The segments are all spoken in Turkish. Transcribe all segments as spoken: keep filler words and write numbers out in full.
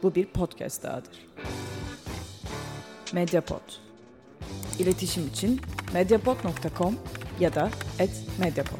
Bu bir podcast dahadır. Mediapod. İletişim için mediapod nokta com ya da et mediapod.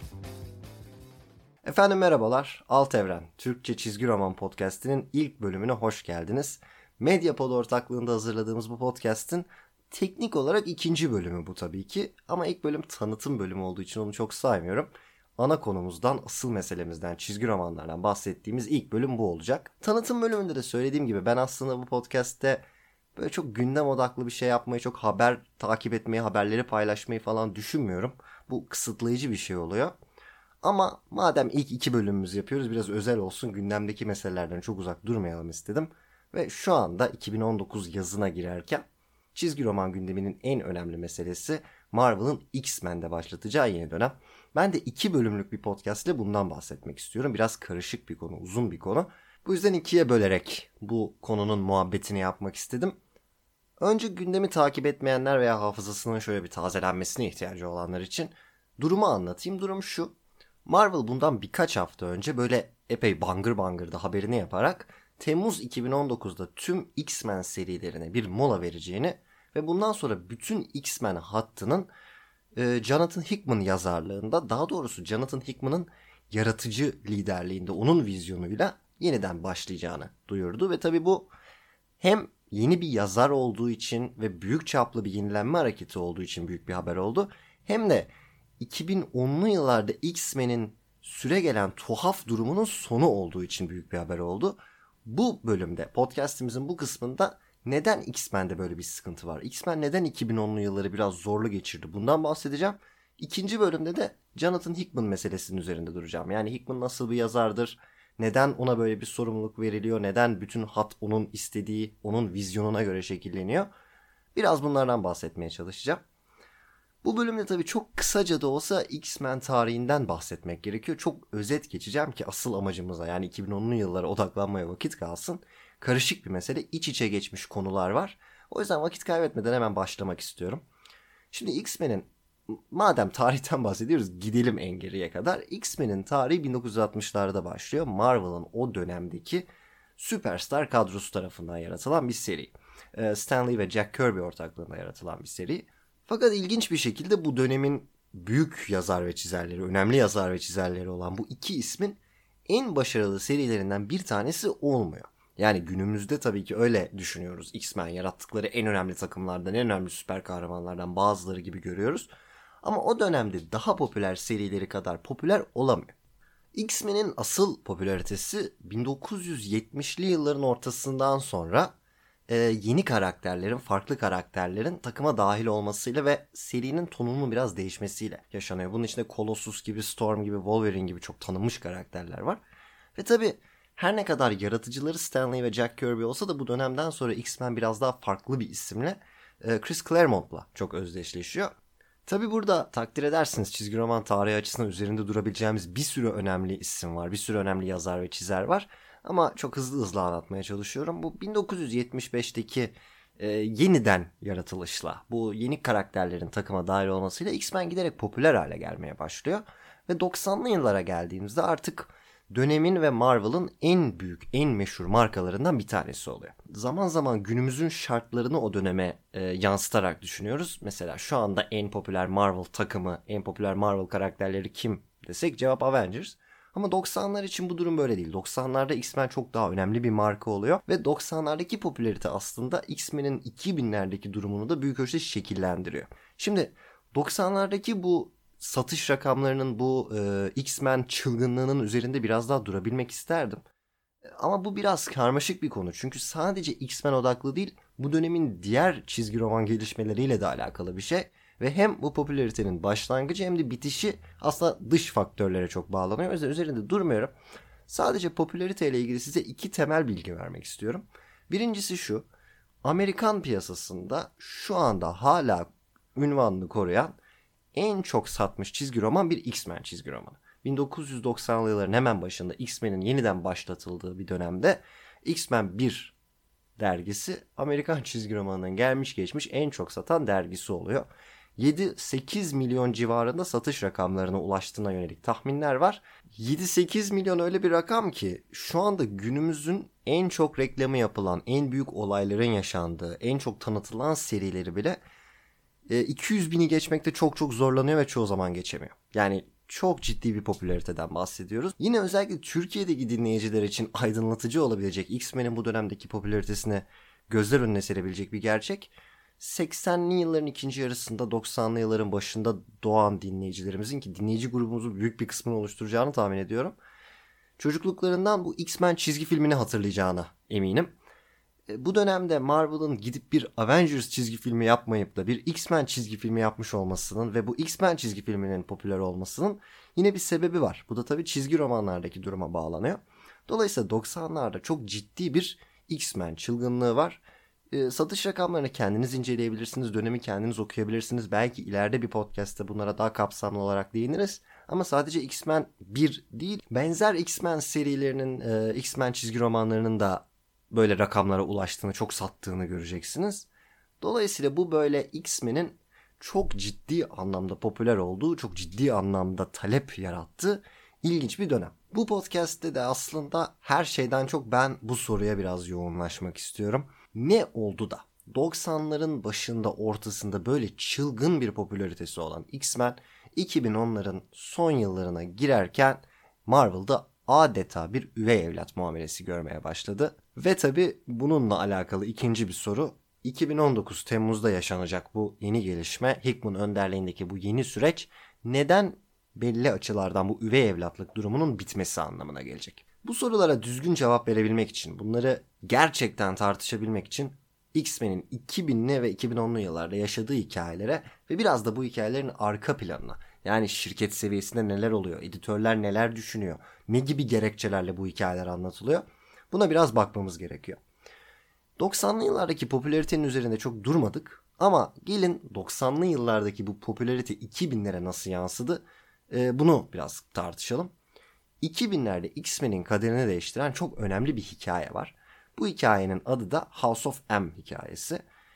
Efendim merhabalar, Alt Evren, Türkçe Çizgi Roman Podcast'inin ilk bölümüne hoş geldiniz. Mediapod ortaklığında hazırladığımız bu podcast'in teknik olarak ikinci bölümü bu tabii ki. Ama ilk bölüm tanıtım bölümü olduğu için onu çok saymıyorum. Ana konumuzdan, asıl meselemizden, çizgi romanlardan bahsettiğimiz ilk bölüm bu olacak. Tanıtım bölümünde de söylediğim gibi ben aslında bu podcast'te böyle çok gündem odaklı bir şey yapmayı, çok haber takip etmeyi, haberleri paylaşmayı falan düşünmüyorum. Bu kısıtlayıcı bir şey oluyor. Ama madem ilk iki bölümümüzü yapıyoruz, biraz özel olsun, gündemdeki meselelerden çok uzak durmayalım istedim. Ve şu anda iki bin on dokuz yazına girerken çizgi roman gündeminin en önemli meselesi Marvel'ın X-Men'de başlatacağı yeni dönem. Ben de iki bölümlük bir podcast ile bundan bahsetmek istiyorum. Biraz karışık bir konu, uzun bir konu. Bu yüzden ikiye bölerek bu konunun muhabbetini yapmak istedim. Önce gündemi takip etmeyenler veya hafızasının şöyle bir tazelenmesine ihtiyacı olanlar için durumu anlatayım. Durum şu: Marvel bundan birkaç hafta önce böyle epey bangır bangır da haberini yaparak Temmuz iki bin on dokuzda tüm X-Men serilerine bir mola vereceğini ve bundan sonra bütün X-Men hattının e, Jonathan Hickman yazarlığında, daha doğrusu Jonathan Hickman'ın yaratıcı liderliğinde, onun vizyonuyla yeniden başlayacağını duyurdu. Ve tabii bu hem yeni bir yazar olduğu için ve büyük çaplı bir yenilenme hareketi olduğu için büyük bir haber oldu. Hem de iki bin onlu yıllarda X-Men'in süregelen tuhaf durumunun sonu olduğu için büyük bir haber oldu. Bu bölümde, podcast'imizin bu kısmında neden X-Men'de böyle bir sıkıntı var? X-Men neden iki bin onlu yılları biraz zorlu geçirdi? Bundan bahsedeceğim. İkinci bölümde de Jonathan Hickman meselesinin üzerinde duracağım. Yani Hickman nasıl bir yazardır? Neden ona böyle bir sorumluluk veriliyor? Neden bütün hat onun istediği, onun vizyonuna göre şekilleniyor? Biraz bunlardan bahsetmeye çalışacağım. Bu bölümde tabii çok kısaca da olsa X-Men tarihinden bahsetmek gerekiyor. Çok özet geçeceğim ki asıl amacımıza, yani iki bin onlu yıllara odaklanmaya vakit kalsın. Karışık bir mesele, iç içe geçmiş konular var. O yüzden vakit kaybetmeden hemen başlamak istiyorum. Şimdi X-Men'in, madem tarihten bahsediyoruz, gidelim en geriye kadar. X-Men'in tarihi bin dokuz yüz altmışlarda başlıyor. Marvel'ın o dönemdeki süperstar kadrosu tarafından yaratılan bir seri. Stan Lee ve Jack Kirby ortaklığında yaratılan bir seri. Fakat ilginç bir şekilde bu dönemin büyük yazar ve çizerleri, önemli yazar ve çizerleri olan bu iki ismin en başarılı serilerinden bir tanesi olmuyor. Yani günümüzde tabii ki öyle düşünüyoruz. X-Men yarattıkları en önemli takımlardan, en önemli süper kahramanlardan bazıları gibi görüyoruz. Ama o dönemde daha popüler serileri kadar popüler olamıyor. X-Men'in asıl popülaritesi bin dokuz yüz yetmişli yılların ortasından sonra Ee, yeni karakterlerin, farklı karakterlerin takıma dahil olmasıyla ve serinin tonunun biraz değişmesiyle yaşanıyor. Bunun içinde Colossus gibi, Storm gibi, Wolverine gibi çok tanınmış karakterler var. Ve tabii her ne kadar yaratıcıları Stan Lee ve Jack Kirby olsa da bu dönemden sonra X-Men biraz daha farklı bir isimle e, Chris Claremont'la çok özdeşleşiyor. Tabii burada takdir edersiniz, çizgi roman tarihi açısından üzerinde durabileceğimiz bir sürü önemli isim var. Bir sürü önemli yazar ve çizer var. Ama çok hızlı hızlı anlatmaya çalışıyorum. Bu bin dokuz yüz yetmiş beşteki e, yeniden yaratılışla, bu yeni karakterlerin takıma dahil olmasıyla X-Men giderek popüler hale gelmeye başlıyor. Ve doksanlı yıllara geldiğimizde artık dönemin ve Marvel'ın en büyük, en meşhur markalarından bir tanesi oluyor. Zaman zaman günümüzün şartlarını o döneme e, yansıtarak düşünüyoruz. Mesela şu anda en popüler Marvel takımı, en popüler Marvel karakterleri kim desek cevap Avengers. Ama doksanlar için bu durum böyle değil. doksanlarda X-Men çok daha önemli bir marka oluyor. Ve doksanlardaki popülarite aslında X-Men'in iki binlerdeki durumunu da büyük ölçüde şekillendiriyor. Şimdi doksanlardaki bu satış rakamlarının, bu e, X-Men çılgınlığının üzerinde biraz daha durabilmek isterdim. Ama bu biraz karmaşık bir konu. Çünkü sadece X-Men odaklı değil, bu dönemin diğer çizgi roman gelişmeleriyle de alakalı bir şey. Ve hem bu popülaritenin başlangıcı hem de bitişi aslında dış faktörlere çok bağlanıyor. O yüzden üzerinde durmuyorum. Sadece popülariteyle ilgili size iki temel bilgi vermek istiyorum. Birincisi şu: Amerikan piyasasında şu anda hala ünvanını koruyan en çok satmış çizgi roman bir X-Men çizgi romanı. bin dokuz yüz doksanlı yılların hemen başında X-Men'in yeniden başlatıldığı bir dönemde X-Men bir dergisi Amerikan çizgi romanının gelmiş geçmiş en çok satan dergisi oluyor. yedi sekiz milyon civarında satış rakamlarına ulaştığına yönelik tahminler var. yedi sekiz milyon öyle bir rakam ki şu anda günümüzün en çok reklamı yapılan, en büyük olayların yaşandığı, en çok tanıtılan serileri bile iki yüz bini geçmekte çok çok zorlanıyor ve çoğu zaman geçemiyor. Yani çok ciddi bir popülariteden bahsediyoruz. Yine özellikle Türkiye'deki dinleyiciler için aydınlatıcı olabilecek, X-Men'in bu dönemdeki popülaritesine gözler önüne serebilecek bir gerçek. seksenli yılların ikinci yarısında, doksanlı yılların başında doğan dinleyicilerimizin, ki dinleyici grubumuzun büyük bir kısmını oluşturacağını tahmin ediyorum, çocukluklarından bu X-Men çizgi filmini hatırlayacağına eminim. Bu dönemde Marvel'ın gidip bir Avengers çizgi filmi yapmayıp da bir X-Men çizgi filmi yapmış olmasının ve bu X-Men çizgi filminin popüler olmasının yine bir sebebi var. Bu da tabii çizgi romanlardaki duruma bağlanıyor. Dolayısıyla doksanlarda çok ciddi bir X-Men çılgınlığı var. E, satış rakamlarını kendiniz inceleyebilirsiniz, dönemi kendiniz okuyabilirsiniz. Belki ileride bir podcast'te bunlara daha kapsamlı olarak değiniriz. Ama sadece X-Men bir değil, benzer X-Men serilerinin, e, X-Men çizgi romanlarının da böyle rakamlara ulaştığını, çok sattığını göreceksiniz. Dolayısıyla bu böyle X-Men'in çok ciddi anlamda popüler olduğu, çok ciddi anlamda talep yarattığı ilginç bir dönem. Bu podcast'te de aslında her şeyden çok ben bu soruya biraz yoğunlaşmak istiyorum. Ne oldu da doksanların başında, ortasında böyle çılgın bir popülaritesi olan X-Men iki bin onların son yıllarına girerken Marvel'da adeta bir üvey evlat muamelesi görmeye başladı. Ve tabii bununla alakalı ikinci bir soru, iki bin on dokuz Temmuz'da yaşanacak bu yeni gelişme, Hickman önderliğindeki bu yeni süreç neden belli açılardan bu üvey evlatlık durumunun bitmesi anlamına gelecek? Bu sorulara düzgün cevap verebilmek için, bunları gerçekten tartışabilmek için X-Men'in iki binli ve iki bin onlu yıllarda yaşadığı hikayelere ve biraz da bu hikayelerin arka planına, yani şirket seviyesinde neler oluyor, editörler neler düşünüyor, ne gibi gerekçelerle bu hikayeler anlatılıyor, buna biraz bakmamız gerekiyor. doksanlı yıllardaki popülaritenin üzerinde çok durmadık ama gelin doksanlı yıllardaki bu popülarite iki binlere nasıl yansıdı, ee, bunu biraz tartışalım. iki binlerde X-Men'in kaderini değiştiren çok önemli bir hikaye var. Bu hikayenin adı da House of M hikayesi.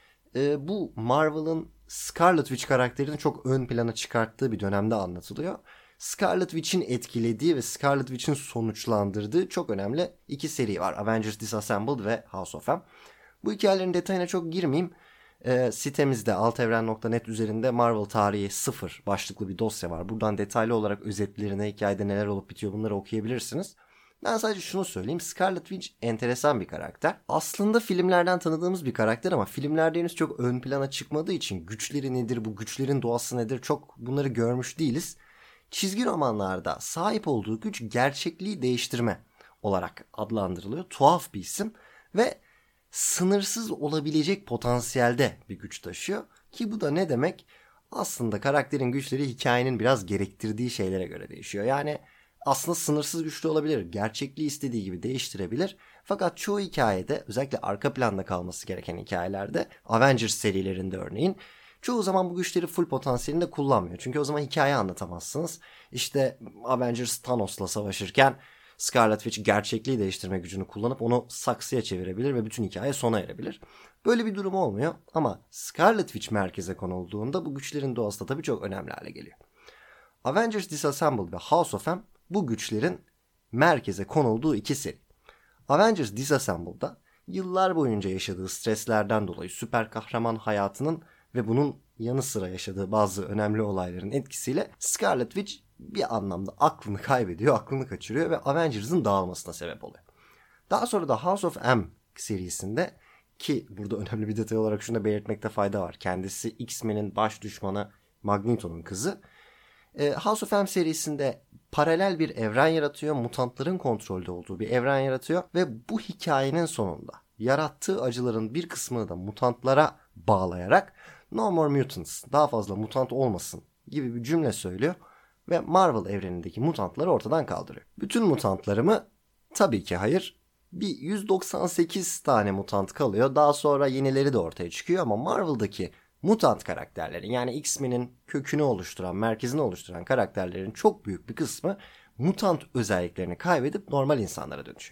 Ee, bu Marvel'ın Scarlet Witch karakterini çok ön plana çıkarttığı bir dönemde anlatılıyor. Scarlet Witch'in etkilediği ve Scarlet Witch'in sonuçlandırdığı çok önemli iki seri var. Avengers Disassembled ve House of M. Bu hikayelerin detayına çok girmeyeyim. E, sitemizde altevren nokta net üzerinde Marvel Tarihi sıfır başlıklı bir dosya var. Buradan detaylı olarak özetlerine, hikayede neler olup bitiyor bunları okuyabilirsiniz. Ben sadece şunu söyleyeyim. Scarlet Witch enteresan bir karakter. Aslında filmlerden tanıdığımız bir karakter ama filmlerde henüz çok ön plana çıkmadığı için güçleri nedir, bu güçlerin doğası nedir çok bunları görmüş değiliz. Çizgi romanlarda sahip olduğu güç gerçekliği değiştirme olarak adlandırılıyor. Tuhaf bir isim ve sınırsız olabilecek potansiyelde bir güç taşıyor. Ki bu da ne demek? Aslında karakterin güçleri hikayenin biraz gerektirdiği şeylere göre değişiyor. Yani aslında sınırsız güçlü olabilir. Gerçekliği istediği gibi değiştirebilir. Fakat çoğu hikayede, özellikle arka planda kalması gereken hikayelerde, Avengers serilerinde örneğin, çoğu zaman bu güçleri full potansiyelinde kullanmıyor. Çünkü o zaman hikaye anlatamazsınız. İşte Avengers Thanos'la savaşırken Scarlet Witch gerçekliği değiştirme gücünü kullanıp onu saksıya çevirebilir ve bütün hikaye sona erebilir. Böyle bir durum olmuyor ama Scarlet Witch merkeze konulduğunda bu güçlerin doğası da tabii çok önemli hale geliyor. Avengers Disassembled ve House of M bu güçlerin merkeze konulduğu iki seri. Avengers Disassembled'da yıllar boyunca yaşadığı streslerden dolayı süper kahraman hayatının ve bunun yanı sıra yaşadığı bazı önemli olayların etkisiyle Scarlet Witch bir anlamda aklını kaybediyor, aklını kaçırıyor ve Avengers'ın dağılmasına sebep oluyor. Daha sonra da House of M serisinde, ki burada önemli bir detay olarak şunu da belirtmekte fayda var. Kendisi X-Men'in baş düşmanı Magneto'nun kızı. House of M serisinde paralel bir evren yaratıyor, mutantların kontrolde olduğu bir evren yaratıyor ve bu hikayenin sonunda yarattığı acıların bir kısmını da mutantlara bağlayarak "No more mutants", daha fazla mutant olmasın gibi bir cümle söylüyor ve Marvel evrenindeki mutantları ortadan kaldırıyor. Bütün mutantları mı? Tabii ki hayır. Bir yüz doksan sekiz tane mutant kalıyor. Daha sonra yenileri de ortaya çıkıyor ama Marvel'daki mutant karakterlerin, yani X-Men'in kökünü oluşturan, merkezini oluşturan karakterlerin çok büyük bir kısmı mutant özelliklerini kaybedip normal insanlara dönüşüyor.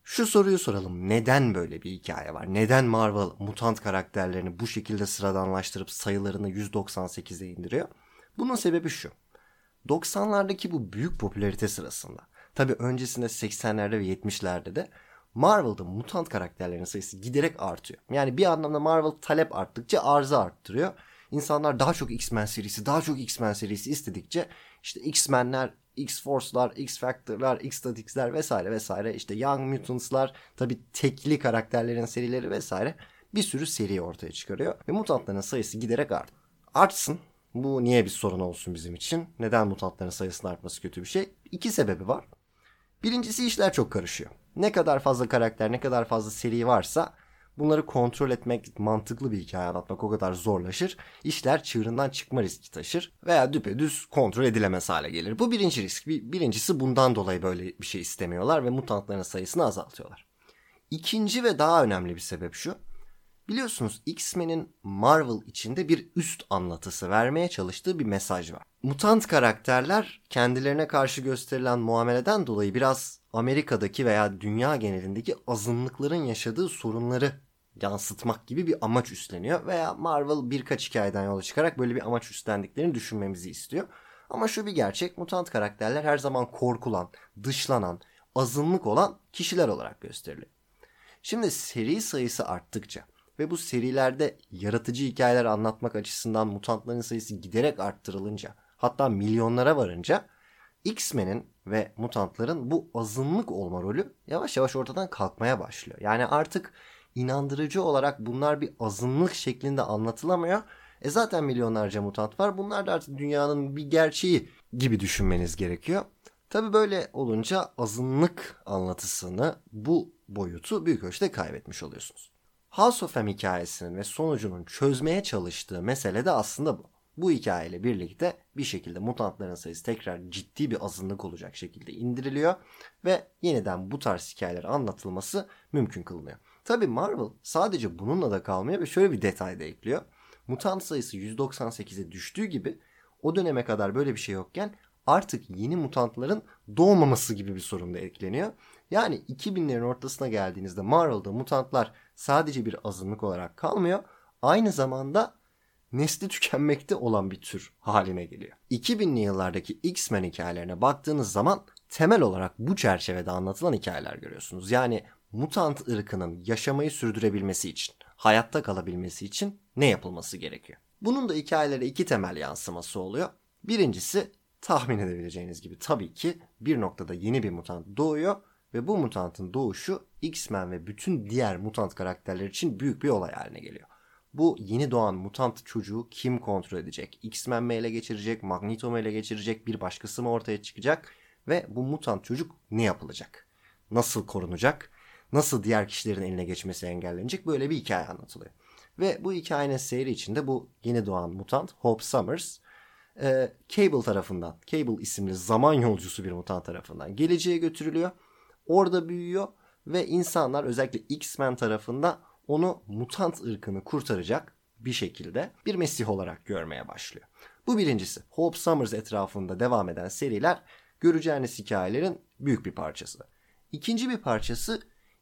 Şu soruyu soralım. Neden böyle bir hikaye var? Neden Marvel mutant karakterlerini bu şekilde sıradanlaştırıp sayılarını yüz doksan sekize indiriyor? Bunun sebebi şu. doksanlardaki bu büyük popülarite sırasında, tabii öncesinde seksenlerde ve yetmişlerde de Marvel'da mutant karakterlerin sayısı giderek artıyor. Yani bir anlamda Marvel talep arttıkça arzı arttırıyor. İnsanlar daha çok X-Men serisi, daha çok X-Men serisi istedikçe işte X-Men'ler, X-Force'lar, X-Factor'lar, X-Statics'ler vesaire vesaire, işte Young Mutants'lar, tabii tekli karakterlerin serileri vesaire bir sürü seri ortaya çıkarıyor. Ve mutantların sayısı giderek art. Artsın. Bu niye bir sorun olsun bizim için? Neden mutantların sayısının artması kötü bir şey? İki sebebi var. Birincisi, işler çok karışıyor. Ne kadar fazla karakter, ne kadar fazla seri varsa bunları kontrol etmek, mantıklı bir hikaye anlatmak o kadar zorlaşır. İşler çığırından çıkma riski taşır veya düpedüz kontrol edilemez hale gelir. Bu birinci risk. Birincisi, bundan dolayı böyle bir şey istemiyorlar ve mutantların sayısını azaltıyorlar. İkinci ve daha önemli bir sebep şu. Biliyorsunuz X-Men'in Marvel içinde bir üst anlatısı vermeye çalıştığı bir mesaj var. Mutant karakterler kendilerine karşı gösterilen muameleden dolayı biraz Amerika'daki veya dünya genelindeki azınlıkların yaşadığı sorunları yansıtmak gibi bir amaç üstleniyor. Veya Marvel birkaç hikayeden yola çıkarak böyle bir amaç üstlendiklerini düşünmemizi istiyor. Ama şu bir gerçek, mutant karakterler her zaman korkulan, dışlanan, azınlık olan kişiler olarak gösteriliyor. Şimdi seri sayısı arttıkça ve bu serilerde yaratıcı hikayeler anlatmak açısından mutantların sayısı giderek arttırılınca, hatta milyonlara varınca X-Men'in ve mutantların bu azınlık olma rolü yavaş yavaş ortadan kalkmaya başlıyor. Yani artık inandırıcı olarak bunlar bir azınlık şeklinde anlatılamıyor. E zaten milyonlarca mutant var. Bunlar da artık dünyanın bir gerçeği gibi düşünmeniz gerekiyor. Tabii böyle olunca azınlık anlatısını, bu boyutu büyük ölçüde kaybetmiş oluyorsunuz. House of M hikayesinin ve sonucunun çözmeye çalıştığı mesele de aslında bu. Bu hikayeyle birlikte bir şekilde mutantların sayısı tekrar ciddi bir azınlık olacak şekilde indiriliyor ve yeniden bu tarz hikayeler anlatılması mümkün kılınıyor. Tabii Marvel sadece bununla da kalmıyor ve şöyle bir detay da ekliyor. Mutant sayısı yüz doksan sekize düştüğü gibi o döneme kadar böyle bir şey yokken artık yeni mutantların doğmaması gibi bir sorun da ekleniyor. Yani iki binlerin ortasına geldiğinizde Marvel'da mutantlar sadece bir azınlık olarak kalmıyor, aynı zamanda nesli tükenmekte olan bir tür haline geliyor. iki binli yıllardaki X-Men hikayelerine baktığınız zaman temel olarak bu çerçevede anlatılan hikayeler görüyorsunuz. Yani mutant ırkının yaşamayı sürdürebilmesi için, hayatta kalabilmesi için ne yapılması gerekiyor? Bunun da hikayelere iki temel yansıması oluyor. Birincisi, tahmin edebileceğiniz gibi tabii ki bir noktada yeni bir mutant doğuyor ve bu mutantın doğuşu X-Men ve bütün diğer mutant karakterler için büyük bir olay haline geliyor. Bu yeni doğan mutant çocuğu kim kontrol edecek? X-Men mi ele geçirecek? Magneto mu ele geçirecek? Bir başkası mı ortaya çıkacak? Ve bu mutant çocuk ne yapılacak? Nasıl korunacak? Nasıl diğer kişilerin eline geçmesi engellenecek? Böyle bir hikaye anlatılıyor. Ve bu hikayenin seyri içinde bu yeni doğan mutant Hope Summers, e, Cable tarafından, Cable isimli zaman yolcusu bir mutant tarafından geleceğe götürülüyor. Orada büyüyor ve insanlar, özellikle X-Men tarafında onu mutant ırkını kurtaracak bir şekilde bir mesih olarak görmeye başlıyor. Bu birincisi. Hope Summers etrafında devam eden seriler göreceğiniz hikayelerin büyük bir parçası. İkinci bir parçası,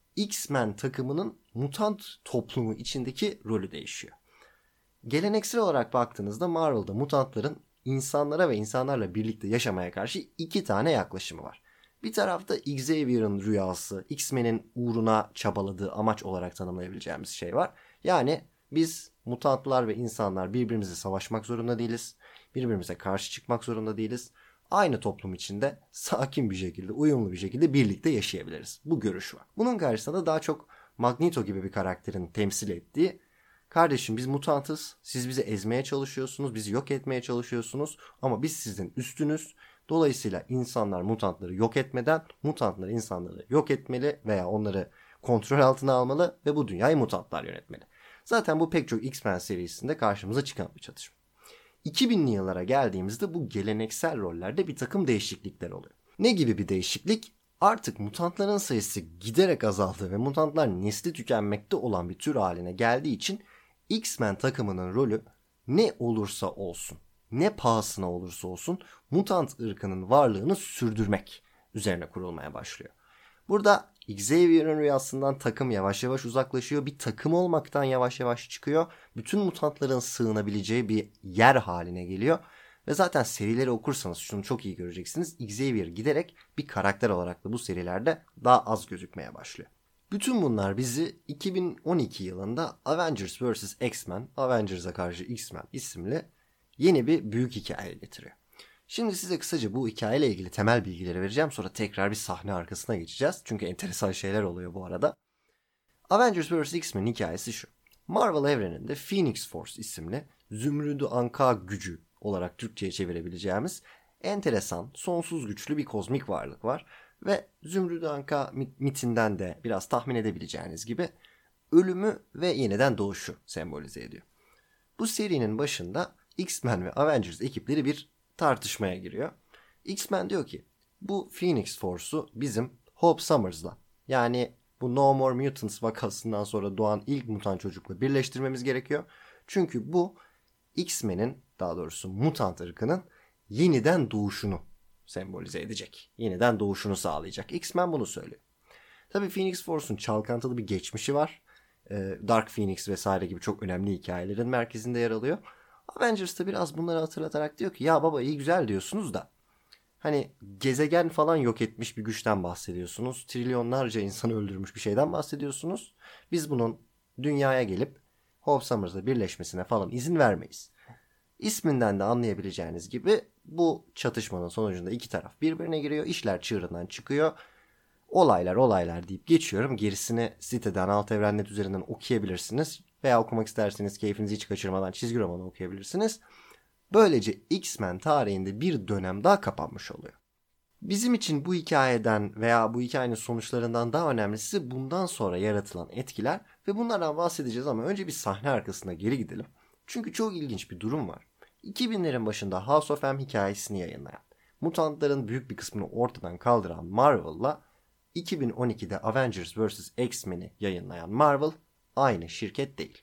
X-Men takımının mutant toplumu içindeki rolü değişiyor. Geleneksel olarak baktığınızda Marvel'da mutantların insanlara ve insanlarla birlikte yaşamaya karşı iki tane yaklaşımı var. Bir tarafta Xavier'ın rüyası, X-Men'in uğruna çabaladığı amaç olarak tanımlayabileceğimiz şey var. Yani biz mutantlar ve insanlar birbirimizle savaşmak zorunda değiliz. Birbirimize karşı çıkmak zorunda değiliz. Aynı toplum içinde sakin bir şekilde, uyumlu bir şekilde birlikte yaşayabiliriz. Bu görüş var. Bunun karşısında da daha çok Magneto gibi bir karakterin temsil ettiği, kardeşim biz mutantız, siz bizi ezmeye çalışıyorsunuz, bizi yok etmeye çalışıyorsunuz ama biz sizin üstünüz. Dolayısıyla insanlar mutantları yok etmeden mutantlar insanları yok etmeli veya onları kontrol altına almalı ve bu dünyayı mutantlar yönetmeli. Zaten bu pek çok X-Men serisinde karşımıza çıkan bir çatışma. iki binli yıllara geldiğimizde bu geleneksel rollerde bir takım değişiklikler oluyor. Ne gibi bir değişiklik? Artık mutantların sayısı giderek azaldığı ve mutantlar nesli tükenmekte olan bir tür haline geldiği için X-Men takımının rolü ne olursa olsun, ne pahasına olursa olsun mutant ırkının varlığını sürdürmek üzerine kurulmaya başlıyor. Burada Xavier'ın rüyasından takım yavaş yavaş uzaklaşıyor. Bir takım olmaktan yavaş yavaş çıkıyor. Bütün mutantların sığınabileceği bir yer haline geliyor. Ve zaten serileri okursanız şunu çok iyi göreceksiniz. Xavier giderek bir karakter olarak da bu serilerde daha az gözükmeye başlıyor. Bütün bunlar bizi iki bin on iki yılında Avengers versus. X-Men, Avengers'a karşı X-Men isimli yeni bir büyük hikaye getiriyor. Şimdi size kısaca bu hikayeyle ilgili temel bilgileri vereceğim. Sonra tekrar bir sahne arkasına geçeceğiz. Çünkü enteresan şeyler oluyor bu arada. Avengers versus. X-Men hikayesi şu. Marvel evreninde Phoenix Force isimli Zümrüdü Anka gücü olarak Türkçe'ye çevirebileceğimiz enteresan, sonsuz güçlü bir kozmik varlık var. Ve Zümrüdü Anka mitinden de biraz tahmin edebileceğiniz gibi ölümü ve yeniden doğuşu sembolize ediyor. Bu serinin başında X-Men ve Avengers ekipleri bir tartışmaya giriyor. X-Men diyor ki bu Phoenix Force'u bizim Hope Summers'la, yani bu No More Mutants vakasından sonra doğan ilk mutant çocukla birleştirmemiz gerekiyor. Çünkü bu X-Men'in, daha doğrusu mutant ırkının yeniden doğuşunu sembolize edecek. Yeniden doğuşunu sağlayacak. X-Men bunu söylüyor. Tabii Phoenix Force'un çalkantılı bir geçmişi var. Dark Phoenix vesaire gibi çok önemli hikayelerin merkezinde yer alıyor. Avengers da biraz bunları hatırlatarak diyor ki ya baba iyi güzel diyorsunuz da hani gezegen falan yok etmiş bir güçten bahsediyorsunuz. Trilyonlarca insanı öldürmüş bir şeyden bahsediyorsunuz. Biz bunun dünyaya gelip Hope Summers'la birleşmesine falan izin vermeyiz. İsminden de anlayabileceğiniz gibi bu çatışmanın sonucunda iki taraf birbirine giriyor. İşler çığırından çıkıyor. Olaylar olaylar deyip geçiyorum. Gerisini siteden Alt Evren nokta net üzerinden okuyabilirsiniz. Veya okumak isterseniz keyfinizi hiç kaçırmadan çizgi romanı okuyabilirsiniz. Böylece X-Men tarihinde bir dönem daha kapanmış oluyor. Bizim için bu hikayeden veya bu hikayenin sonuçlarından daha önemlisi bundan sonra yaratılan etkiler ve bunlardan bahsedeceğiz ama önce bir sahne arkasına geri gidelim. Çünkü çok ilginç bir durum var. iki binlerin başında House of M hikayesini yayınlayan, mutantların büyük bir kısmını ortadan kaldıran Marvel'la iki bin on ikide Avengers versus. X-Men'i yayınlayan Marvel aynı şirket değil.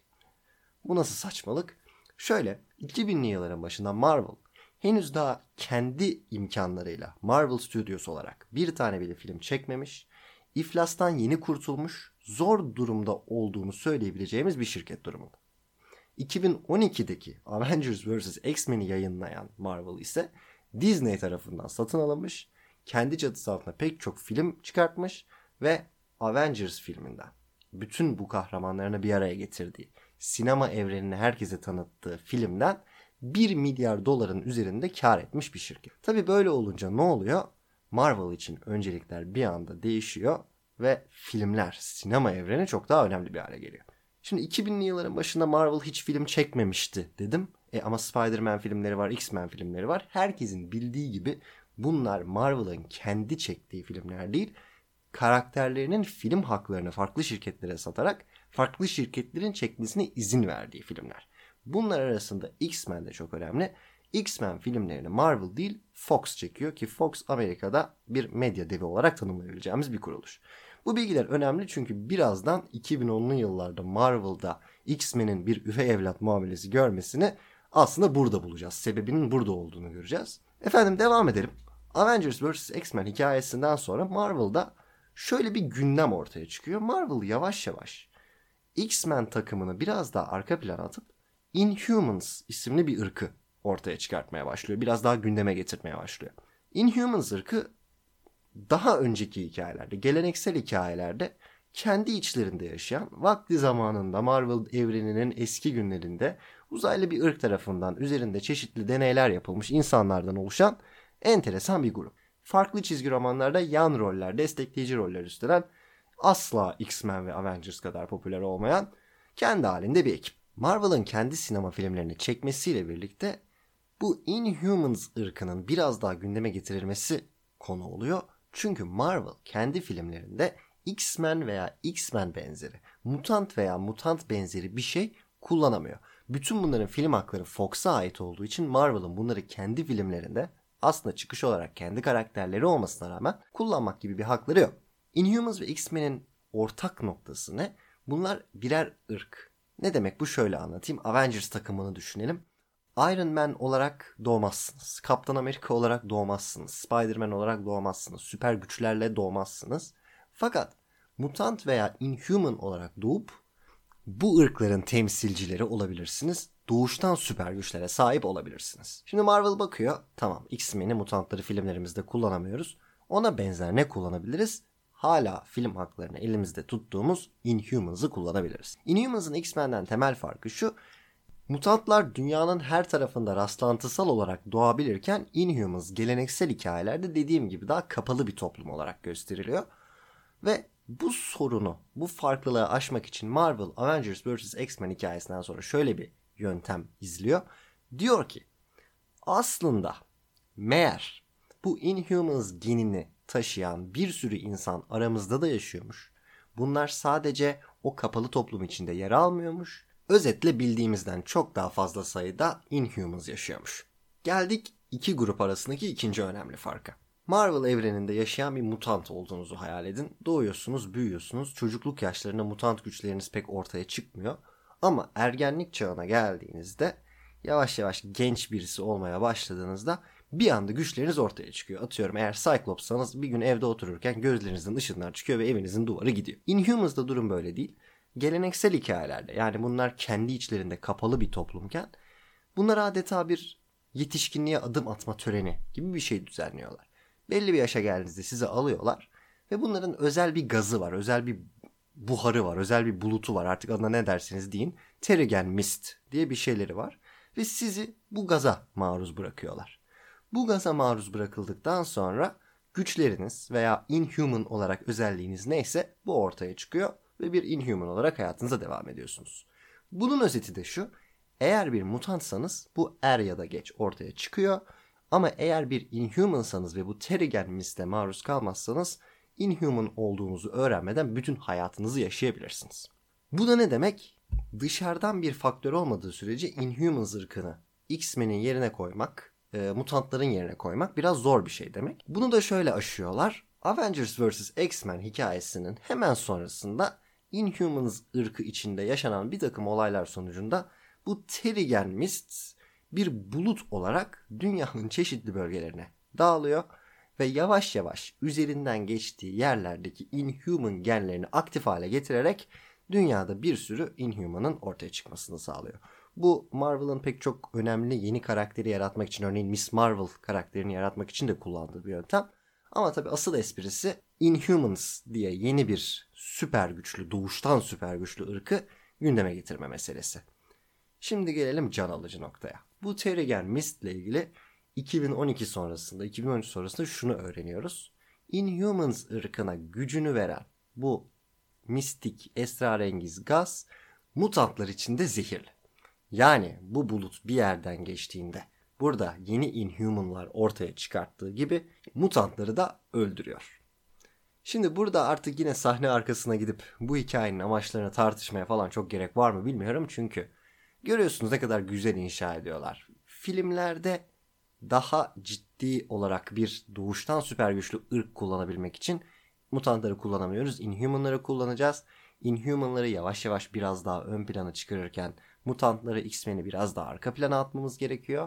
Bu nasıl saçmalık? Şöyle, iki binli yılların başında Marvel henüz daha kendi imkanlarıyla Marvel Studios olarak bir tane bile film çekmemiş, iflastan yeni kurtulmuş, zor durumda olduğunu söyleyebileceğimiz bir şirket durumunda. iki bin on ikideki Avengers versus. X-Men'i yayınlayan Marvel ise Disney tarafından satın alınmış, kendi çatısı altında pek çok film çıkartmış ve Avengers filminden bütün bu kahramanlarını bir araya getirdiği, sinema evrenini herkese tanıttığı filmden bir milyar doların üzerinde kar etmiş bir şirket. Tabii böyle olunca ne oluyor? Marvel için öncelikler bir anda değişiyor ve filmler, sinema evreni çok daha önemli bir hale geliyor. Şimdi iki binli yılların başında Marvel hiç film çekmemişti dedim. E ama Spider-Man filmleri var, X-Men filmleri var. Herkesin bildiği gibi bunlar Marvel'ın kendi çektiği filmler değil, karakterlerinin film haklarını farklı şirketlere satarak farklı şirketlerin çekmesine izin verdiği filmler. Bunlar arasında X-Men de çok önemli. X-Men filmlerini Marvel değil Fox çekiyor ki Fox Amerika'da bir medya devi olarak tanımlayabileceğimiz bir kuruluş. Bu bilgiler önemli çünkü birazdan iki bin onlu yıllarda Marvel'da X-Men'in bir üvey evlat muamelesi görmesini aslında burada bulacağız. Sebebinin burada olduğunu göreceğiz. Efendim devam edelim. Avengers versus. X-Men hikayesinden sonra Marvel'da şöyle bir gündem ortaya çıkıyor. Marvel yavaş yavaş X-Men takımını biraz daha arka plana atıp Inhumans isimli bir ırkı ortaya çıkartmaya başlıyor. Biraz daha gündeme getirmeye başlıyor. Inhumans ırkı daha önceki hikayelerde, geleneksel hikayelerde kendi içlerinde yaşayan, vakti zamanında Marvel evreninin eski günlerinde uzaylı bir ırk tarafından üzerinde çeşitli deneyler yapılmış insanlardan oluşan enteresan bir grup. Farklı çizgi romanlarda yan roller, destekleyici roller üstlenen, asla X-Men ve Avengers kadar popüler olmayan kendi halinde bir ekip. Marvel'ın kendi sinema filmlerini çekmesiyle birlikte bu Inhumans ırkının biraz daha gündeme getirilmesi konu oluyor. Çünkü Marvel kendi filmlerinde X-Men veya X-Men benzeri, mutant veya mutant benzeri bir şey kullanamıyor. Bütün bunların film hakları Fox'a ait olduğu için Marvel'ın bunları kendi filmlerinde aslında çıkış olarak kendi karakterleri olmasına rağmen kullanmak gibi bir hakları yok. Inhumans ve X-Men'in ortak noktası ne? Bunlar birer ırk. Ne demek bu? Şöyle anlatayım. Avengers takımını düşünelim. Iron Man olarak doğmazsınız. Kaptan Amerika olarak doğmazsınız. Spider-Man olarak doğmazsınız. Süper güçlerle doğmazsınız. Fakat mutant veya inhuman olarak doğup bu ırkların temsilcileri olabilirsiniz. Doğuştan süper güçlere sahip olabilirsiniz. Şimdi Marvel bakıyor, tamam X-Men'i mutantları filmlerimizde kullanamıyoruz. Ona benzer ne kullanabiliriz? Hala film haklarını elimizde tuttuğumuz Inhumans'ı kullanabiliriz. Inhumans'ın X-Men'den temel farkı şu: mutantlar dünyanın her tarafında rastlantısal olarak doğabilirken Inhumans geleneksel hikayelerde dediğim gibi daha kapalı bir toplum olarak gösteriliyor. Ve bu sorunu, bu farklılığı aşmak için Marvel Avengers versus. X-Men hikayesinden sonra şöyle bir yöntem izliyor. Diyor ki aslında meğer bu Inhumans genini taşıyan bir sürü insan aramızda da yaşıyormuş. Bunlar sadece o kapalı toplum içinde yer almıyormuş. Özetle bildiğimizden çok daha fazla sayıda Inhumans yaşıyormuş. Geldik iki grup arasındaki ikinci önemli farka. Marvel evreninde yaşayan bir mutant olduğunuzu hayal edin. Doğuyorsunuz, büyüyorsunuz. Çocukluk yaşlarında mutant güçleriniz pek ortaya çıkmıyor. Ama ergenlik çağına geldiğinizde yavaş yavaş genç birisi olmaya başladığınızda bir anda güçleriniz ortaya çıkıyor. Atıyorum eğer Cyclops'sanız bir gün evde otururken gözlerinizden ışınlar çıkıyor ve evinizin duvarı gidiyor. Inhumans'da durum böyle değil. Geleneksel hikayelerde, yani bunlar kendi içlerinde kapalı bir toplumken bunlar adeta bir yetişkinliğe adım atma töreni gibi bir şey düzenliyorlar. Belli bir yaşa geldiğinizde sizi alıyorlar ve bunların özel bir gazı var, özel bir buharı var, özel bir bulutu var, artık adına ne derseniz deyin. Terrigen Mist diye bir şeyleri var ve sizi bu gaza maruz bırakıyorlar. Bu gaza maruz bırakıldıktan sonra güçleriniz veya Inhuman olarak özelliğiniz neyse bu ortaya çıkıyor ve bir Inhuman olarak hayatınıza devam ediyorsunuz. Bunun özeti de şu: eğer bir mutantsanız bu er ya da geç ortaya çıkıyor. Ama eğer bir Inhumansanız ve bu Terrigen Mist'e maruz kalmazsanız Inhuman olduğunuzu öğrenmeden bütün hayatınızı yaşayabilirsiniz. Bu da ne demek? Dışarıdan bir faktör olmadığı sürece Inhumans ırkını X-Men'in yerine koymak, e, mutantların yerine koymak biraz zor bir şey demek. Bunu da şöyle aşıyorlar. Avengers versus. X-Men hikayesinin hemen sonrasında Inhumans ırkı içinde yaşanan bir takım olaylar sonucunda bu Terrigen Mist bir bulut olarak dünyanın çeşitli bölgelerine dağılıyor ve yavaş yavaş üzerinden geçtiği yerlerdeki Inhuman genlerini aktif hale getirerek dünyada bir sürü Inhuman'ın ortaya çıkmasını sağlıyor. Bu Marvel'ın pek çok önemli yeni karakteri yaratmak için, örneğin Miss Marvel karakterini yaratmak için de kullandığı bir yöntem. Ama tabii asıl esprisi Inhumans diye yeni bir süper güçlü, doğuştan süper güçlü ırkı gündeme getirme meselesi. Şimdi gelelim can alıcı noktaya. Bu Terrigen Mist ile ilgili iki bin on iki sonrasında, iki bin on üç sonrasında şunu öğreniyoruz. Inhumans ırkına gücünü veren bu mistik, esrarengiz gaz mutantlar için de zehirli. Yani bu bulut bir yerden geçtiğinde burada yeni Inhumanlar ortaya çıkarttığı gibi mutantları da öldürüyor. Şimdi burada artık yine sahne arkasına gidip bu hikayenin amaçlarını tartışmaya falan çok gerek var mı bilmiyorum. Çünkü görüyorsunuz ne kadar güzel inşa ediyorlar. Filmlerde daha ciddi olarak bir doğuştan süper güçlü ırk kullanabilmek için mutantları kullanamıyoruz. Inhumanları kullanacağız. Inhumanları yavaş yavaş biraz daha ön plana çıkarırken mutantları, X-Men'i biraz daha arka plana atmamız gerekiyor.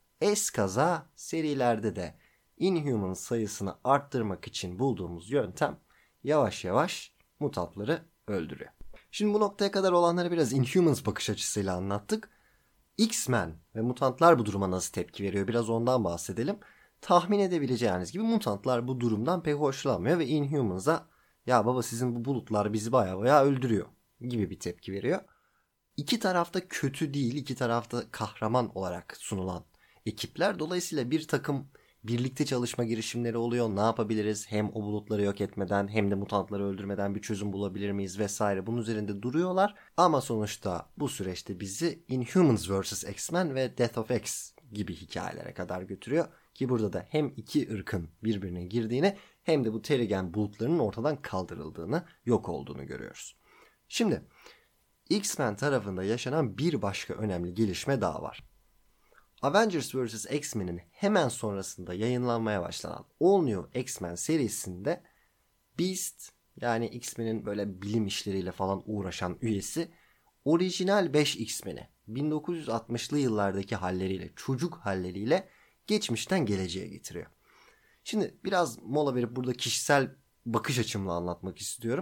Eskaza serilerde de Inhuman sayısını arttırmak için bulduğumuz yöntem yavaş yavaş mutantları öldürüyor. Şimdi bu noktaya kadar olanları biraz Inhumans bakış açısıyla anlattık. X-Men ve mutantlar bu duruma nasıl tepki veriyor? Biraz ondan bahsedelim. Tahmin edebileceğiniz gibi mutantlar bu durumdan pek hoşlanmıyor ve Inhumans'a "ya baba sizin bu bulutlar bizi baya baya öldürüyor" gibi bir tepki veriyor. İki tarafta kötü değil, iki tarafta kahraman olarak sunulan ekipler. Dolayısıyla bir takım birlikte çalışma girişimleri oluyor. Ne yapabiliriz? Hem o bulutları yok etmeden hem de mutantları öldürmeden bir çözüm bulabilir miyiz vesaire. Bunun üzerinde duruyorlar. Ama sonuçta bu süreçte bizi Inhumans versus. X-Men ve Death of X gibi hikayelere kadar götürüyor. Ki burada da hem iki ırkın birbirine girdiğini hem de bu Terrigen bulutlarının ortadan kaldırıldığını, yok olduğunu görüyoruz. Şimdi X-Men tarafında yaşanan bir başka önemli gelişme daha var. Avengers versus. X-Men'in hemen sonrasında yayınlanmaya başlanan All New X-Men serisinde Beast, yani X-Men'in böyle bilim işleriyle falan uğraşan üyesi, orijinal beş X-Men'i bin dokuz yüz altmışlı yıllardaki halleriyle, çocuk halleriyle geçmişten geleceğe getiriyor. Şimdi biraz mola verip burada kişisel bakış açımla anlatmak istiyorum.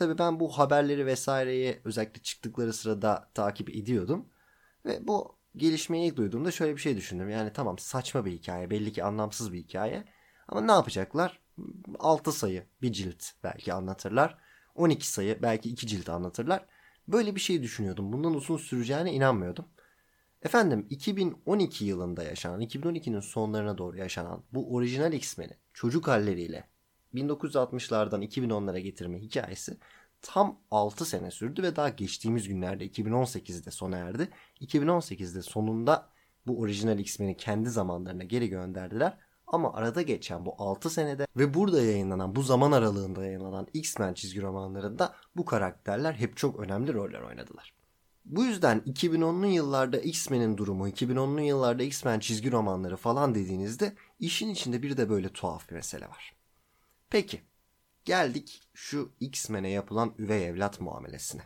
Tabii ben bu haberleri vesaireyi özellikle çıktıkları sırada takip ediyordum. Ve bu gelişmeyi ilk duyduğumda şöyle bir şey düşündüm. Yani tamam, saçma bir hikaye, belli ki anlamsız bir hikaye. Ama ne yapacaklar? altı sayı bir cilt belki anlatırlar. on iki sayı belki iki cilt anlatırlar. Böyle bir şey düşünüyordum. Bundan uzun süreceğine inanmıyordum. Efendim iki bin on iki yılında yaşanan, iki bin on ikinin sonlarına doğru yaşanan bu orijinal X-Men'i çocuk halleriyle bin dokuz yüz altmışlardan iki bin onlara getirme hikayesi tam altı sene sürdü ve daha geçtiğimiz günlerde iki bin on sekizde sona erdi. iki bin on sekizde sonunda bu orijinal X-Men'i kendi zamanlarına geri gönderdiler. Ama arada geçen bu altı senede ve burada yayınlanan, bu zaman aralığında yayınlanan X-Men çizgi romanlarında bu karakterler hep çok önemli roller oynadılar. Bu yüzden iki bin onlu yıllarda X-Men'in durumu, iki bin onlu yıllarda X-Men çizgi romanları falan dediğinizde işin içinde bir de böyle tuhaf bir mesele var. Peki, geldik şu X-Men'e yapılan üvey evlat muamelesine.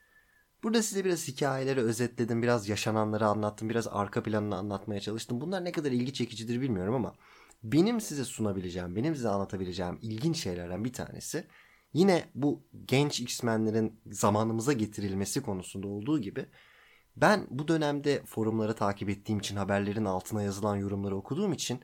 Burada size biraz hikayeleri özetledim, biraz yaşananları anlattım, biraz arka planını anlatmaya çalıştım. Bunlar ne kadar ilgi çekicidir bilmiyorum ama benim size sunabileceğim, benim size anlatabileceğim ilginç şeylerden bir tanesi, yine bu genç X-Men'lerin zamanımıza getirilmesi konusunda olduğu gibi, ben bu dönemde forumları takip ettiğim için, haberlerin altına yazılan yorumları okuduğum için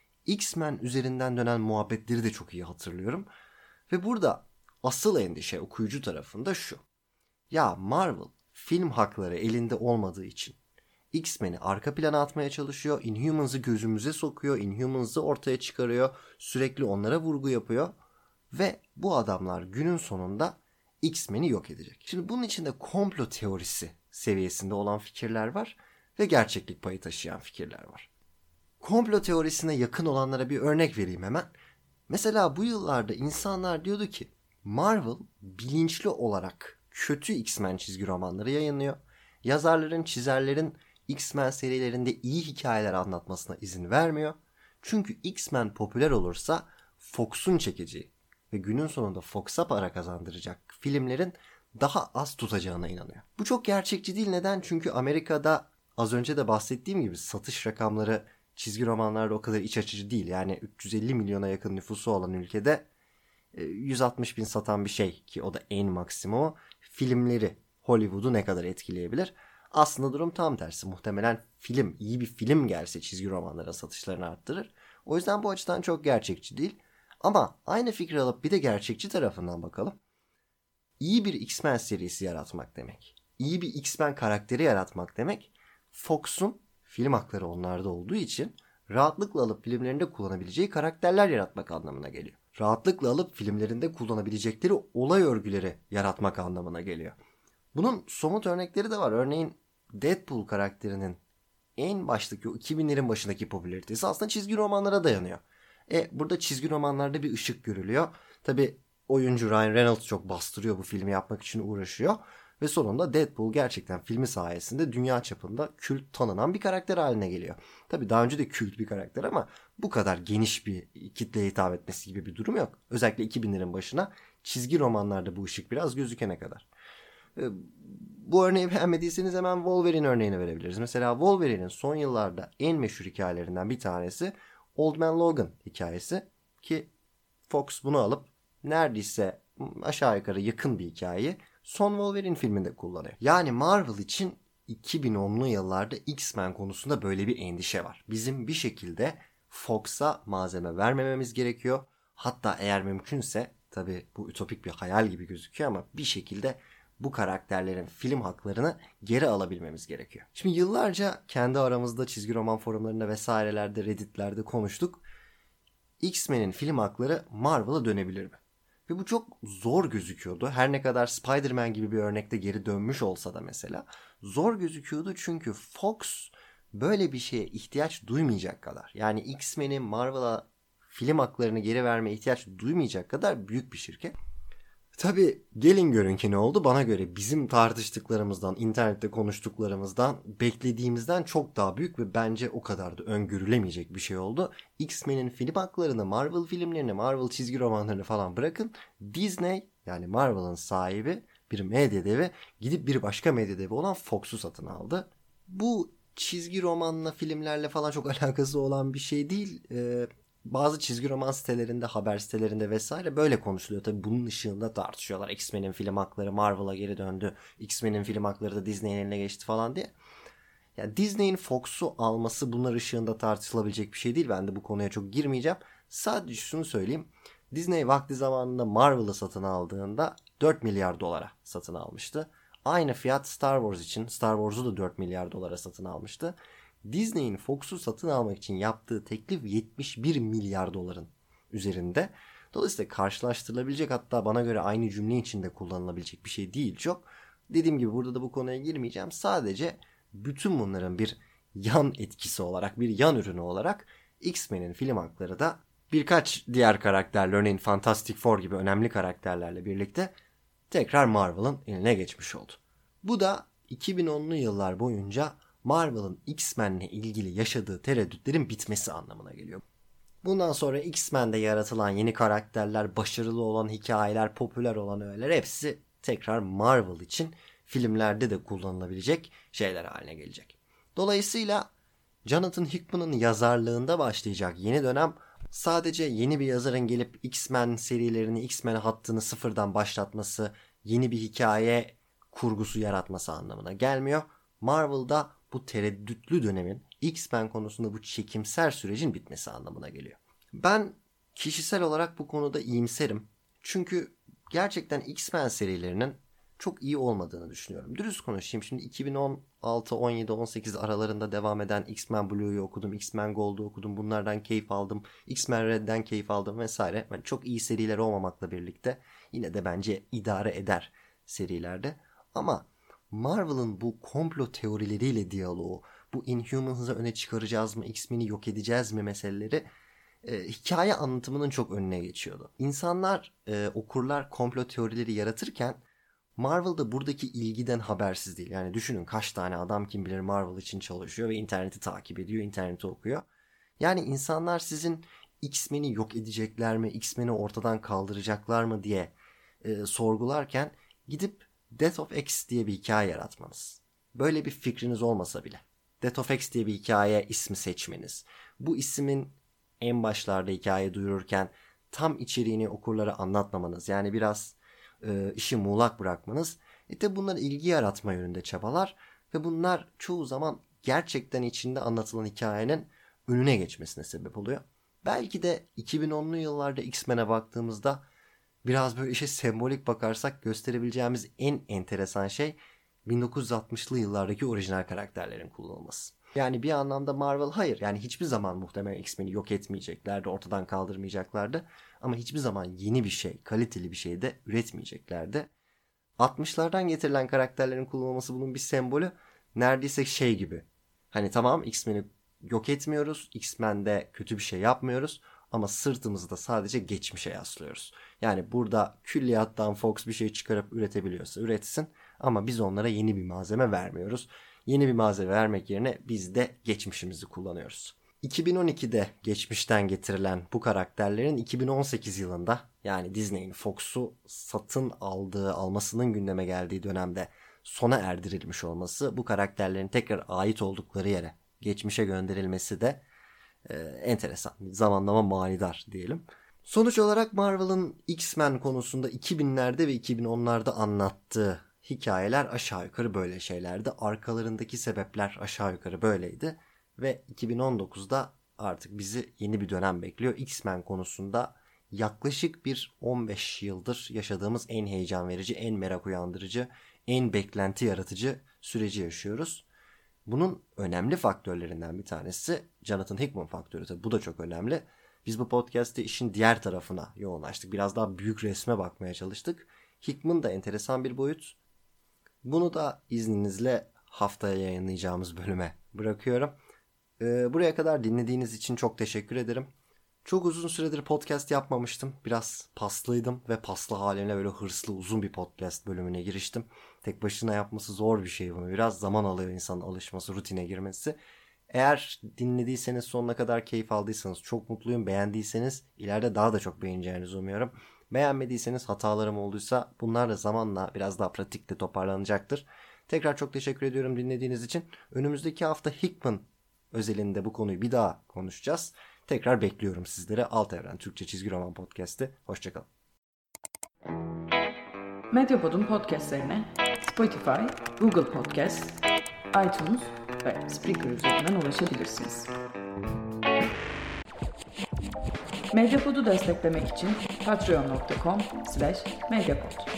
X-Men üzerinden dönen muhabbetleri de çok iyi hatırlıyorum. Ve burada asıl endişe okuyucu tarafında şu. Ya Marvel film hakları elinde olmadığı için X-Men'i arka plana atmaya çalışıyor. Inhumans'ı gözümüze sokuyor. Inhumans'ı ortaya çıkarıyor. Sürekli onlara vurgu yapıyor. Ve bu adamlar günün sonunda X-Men'i yok edecek. Şimdi bunun içinde komplo teorisi seviyesinde olan fikirler var. Ve gerçeklik payı taşıyan fikirler var. Komplo teorisine yakın olanlara bir örnek vereyim hemen. Mesela bu yıllarda insanlar diyordu ki Marvel bilinçli olarak kötü X-Men çizgi romanları yayınlıyor. Yazarların, çizerlerin X-Men serilerinde iyi hikayeler anlatmasına izin vermiyor. Çünkü X-Men popüler olursa Fox'un çekeceği ve günün sonunda Fox'a para kazandıracak filmlerin daha az tutacağına inanıyor. Bu çok gerçekçi değil. Neden? Çünkü Amerika'da az önce de bahsettiğim gibi satış rakamları çizgi romanlarda o kadar iç açıcı değil. Yani üç yüz elli milyona yakın nüfusu olan ülkede yüz altmış bin satan bir şey, ki o da en maksimumu, filmleri Hollywood'u ne kadar etkileyebilir? Aslında durum tam tersi. Muhtemelen film, iyi bir film gelse çizgi romanların satışlarını arttırır. O yüzden bu açıdan çok gerçekçi değil. Ama aynı fikri alıp bir de gerçekçi tarafından bakalım. İyi bir X-Men serisi yaratmak demek, İyi bir X-Men karakteri yaratmak demek, Fox'un film hakları onlarda olduğu için rahatlıkla alıp filmlerinde kullanabileceği karakterler yaratmak anlamına geliyor. Rahatlıkla alıp filmlerinde kullanabilecekleri olay örgüleri yaratmak anlamına geliyor. Bunun somut örnekleri de var. Örneğin Deadpool karakterinin en baştaki, o iki binlerin başındaki popülaritesi aslında çizgi romanlara dayanıyor. E burada çizgi romanlarda bir ışık görülüyor. Tabii oyuncu Ryan Reynolds çok bastırıyor, bu filmi yapmak için uğraşıyor. Ve sonunda Deadpool gerçekten filmi sayesinde dünya çapında kült, tanınan bir karakter haline geliyor. Tabii daha önce de kült bir karakter ama bu kadar geniş bir kitleye hitap etmesi gibi bir durum yok. Özellikle iki binlerin başına çizgi romanlarda bu ışık biraz gözükene kadar. Bu örneği beğenmediyseniz hemen Wolverine örneğini verebiliriz. Mesela Wolverine'in son yıllarda en meşhur hikayelerinden bir tanesi Old Man Logan hikayesi, ki Fox bunu alıp neredeyse aşağı yukarı yakın bir hikayeyi son Wolverine filminde kullanıyor. Yani Marvel için iki bin onlu yıllarda X-Men konusunda böyle bir endişe var. Bizim bir şekilde Fox'a malzeme vermememiz gerekiyor. Hatta eğer mümkünse, tabii bu ütopik bir hayal gibi gözüküyor ama bir şekilde bu karakterlerin film haklarını geri alabilmemiz gerekiyor. Şimdi yıllarca kendi aramızda çizgi roman forumlarında vesairelerde, Reddit'lerde konuştuk. X-Men'in film hakları Marvel'a dönebilir mi? Ve bu çok zor gözüküyordu. Her ne kadar Spider-Man gibi bir örnekte geri dönmüş olsa da mesela zor gözüküyordu, çünkü Fox böyle bir şeye ihtiyaç duymayacak kadar, yani X-Men'in Marvel'a film haklarını geri vermeye ihtiyaç duymayacak kadar büyük bir şirket. Tabii gelin görün ki ne oldu? Bana göre bizim tartıştıklarımızdan, internette konuştuklarımızdan, beklediğimizden çok daha büyük ve bence o kadar da öngörülemeyecek bir şey oldu. X-Men'in film haklarını, Marvel filmlerini, Marvel çizgi romanlarını falan bırakın. Disney, yani Marvel'ın sahibi, bir medya devi, gidip bir başka medya devi olan Fox'u satın aldı. Bu çizgi romanla, filmlerle falan çok alakası olan bir şey değil. Ee, bazı çizgi roman sitelerinde, haber sitelerinde vesaire böyle konuşuluyor. Tabii bunun ışığında tartışıyorlar. X-Men'in film hakları Marvel'a geri döndü. X-Men'in film hakları da Disney'in eline geçti falan diye. Yani Disney'in Fox'u alması bunlar ışığında tartışılabilecek bir şey değil. Ben de bu konuya çok girmeyeceğim. Sadece şunu söyleyeyim. Disney vakti zamanında Marvel'ı satın aldığında dört milyar dolara satın almıştı. Aynı fiyat Star Wars için. Star Wars'u da dört milyar dolara satın almıştı. Disney'in Fox'u satın almak için yaptığı teklif yetmiş bir milyar doların üzerinde. Dolayısıyla karşılaştırılabilecek, hatta bana göre aynı cümle içinde kullanılabilecek bir şey değil çok. Dediğim gibi burada da bu konuya girmeyeceğim. Sadece bütün bunların bir yan etkisi olarak, bir yan ürünü olarak X-Men'in film hakları da birkaç diğer karakterle, örneğin Fantastic Four gibi önemli karakterlerle birlikte tekrar Marvel'ın eline geçmiş oldu. Bu da iki bin onlu yıllar boyunca Marvel'ın X-Men'le ilgili yaşadığı tereddütlerin bitmesi anlamına geliyor. Bundan sonra X-Men'de yaratılan yeni karakterler, başarılı olan hikayeler, popüler olan öğeler hepsi tekrar Marvel için filmlerde de kullanılabilecek şeyler haline gelecek. Dolayısıyla Jonathan Hickman'ın yazarlığında başlayacak yeni dönem sadece yeni bir yazarın gelip X-Men serilerini, X-Men hattını sıfırdan başlatması, yeni bir hikaye kurgusu yaratması anlamına gelmiyor. Marvel'da bu tereddütlü dönemin, X-Men konusunda bu çekimser sürecin bitmesi anlamına geliyor. Ben kişisel olarak bu konuda iyimserim. Çünkü gerçekten X-Men serilerinin çok iyi olmadığını düşünüyorum. Dürüst konuşayım. Şimdi iki bin on altı, on yedi, on sekiz aralarında devam eden X-Men Blue'yu okudum. X-Men Gold'u okudum. Bunlardan keyif aldım. X-Men Red'den keyif aldım vesaire. Yani çok iyi seriler olmamakla birlikte yine de bence idare eder serilerde. Ama Marvel'ın bu komplo teorileriyle diyaloğu, bu Inhumans'ı öne çıkaracağız mı, X-Men'i yok edeceğiz mi meseleleri e, hikaye anlatımının çok önüne geçiyordu. İnsanlar, e, okurlar komplo teorileri yaratırken Marvel'da buradaki ilgiden habersiz değil. Yani düşünün, kaç tane adam kim bilir Marvel için çalışıyor ve interneti takip ediyor, interneti okuyor. Yani insanlar sizin X-Men'i yok edecekler mi, X-Men'i ortadan kaldıracaklar mı diye e, sorgularken gidip Death of X diye bir hikaye yaratmanız. Böyle bir fikriniz olmasa bile Death of X diye bir hikaye ismi seçmeniz. Bu ismin en başlarda hikaye duyururken tam içeriğini okurlara anlatmamanız. Yani biraz e, işi muğlak bırakmanız. E de bunlar ilgi yaratma yönünde çabalar. Ve bunlar çoğu zaman gerçekten içinde anlatılan hikayenin önüne geçmesine sebep oluyor. Belki de iki bin onlu yıllarda X-Men'e baktığımızda biraz böyle işe sembolik bakarsak gösterebileceğimiz en enteresan şey bin dokuz yüz altmışlı yıllardaki orijinal karakterlerin kullanılması. Yani bir anlamda Marvel hayır, yani hiçbir zaman muhtemelen X-Men'i yok etmeyeceklerdi, ortadan kaldırmayacaklardı. Ama hiçbir zaman yeni bir şey, kaliteli bir şey de üretmeyeceklerdi. altmışlardan getirilen karakterlerin kullanılması bunun bir sembolü. Neredeyse şey gibi. Hani tamam, X-Men'i yok etmiyoruz, X-Men'de kötü bir şey yapmıyoruz ama sırtımızı da sadece geçmişe yaslıyoruz. Yani burada külliyattan Fox bir şey çıkarıp üretebiliyorsa üretsin ama biz onlara yeni bir malzeme vermiyoruz. Yeni bir malzeme vermek yerine biz de geçmişimizi kullanıyoruz. iki bin on ikide geçmişten getirilen bu karakterlerin iki bin on sekiz yılında, yani Disney'in Fox'u satın aldığı, almasının gündeme geldiği dönemde sona erdirilmiş olması, bu karakterlerin tekrar ait oldukları yere, geçmişe gönderilmesi de e, enteresan. Zamanlama manidar diyelim. Sonuç olarak Marvel'ın X-Men konusunda iki binlerde ve iki bin onlarda anlattığı hikayeler aşağı yukarı böyle şeylerdi. Arkalarındaki sebepler aşağı yukarı böyleydi. Ve iki bin on dokuzda artık bizi yeni bir dönem bekliyor. X-Men konusunda yaklaşık bir on beş yıldır yaşadığımız en heyecan verici, en merak uyandırıcı, en beklenti yaratıcı süreci yaşıyoruz. Bunun önemli faktörlerinden bir tanesi Jonathan Hickman faktörü. Tabii bu da çok önemli. Biz bu podcast'te işin diğer tarafına yoğunlaştık. Biraz daha büyük resme bakmaya çalıştık. Hickman da enteresan bir boyut. Bunu da izninizle haftaya yayınlayacağımız bölüme bırakıyorum. Ee, buraya kadar dinlediğiniz için çok teşekkür ederim. Çok uzun süredir podcast yapmamıştım. Biraz paslıydım ve paslı haline böyle hırslı uzun bir podcast bölümüne giriştim. Tek başına yapması zor bir şey bunu. Biraz zaman alıyor insanın alışması, rutine girmesi. Eğer dinlediyseniz, sonuna kadar keyif aldıysanız çok mutluyum. Beğendiyseniz ileride daha da çok beğeneceğinizi umuyorum. Beğenmediyseniz, hatalarım olduysa bunlar da zamanla biraz daha pratikle toparlanacaktır. Tekrar çok teşekkür ediyorum dinlediğiniz için. Önümüzdeki hafta Hickman özelinde bu konuyu bir daha konuşacağız. Tekrar bekliyorum sizlere. Alt Evren Türkçe Çizgi Roman Podcast'ı. Hoşçakalın. Medyapod'un podcastlerine Spotify, Google Podcast, iTunes ve Spreaker üzerinden ulaşabilirsiniz. Medyapod'u desteklemek için patreon nokta com slash medyapod.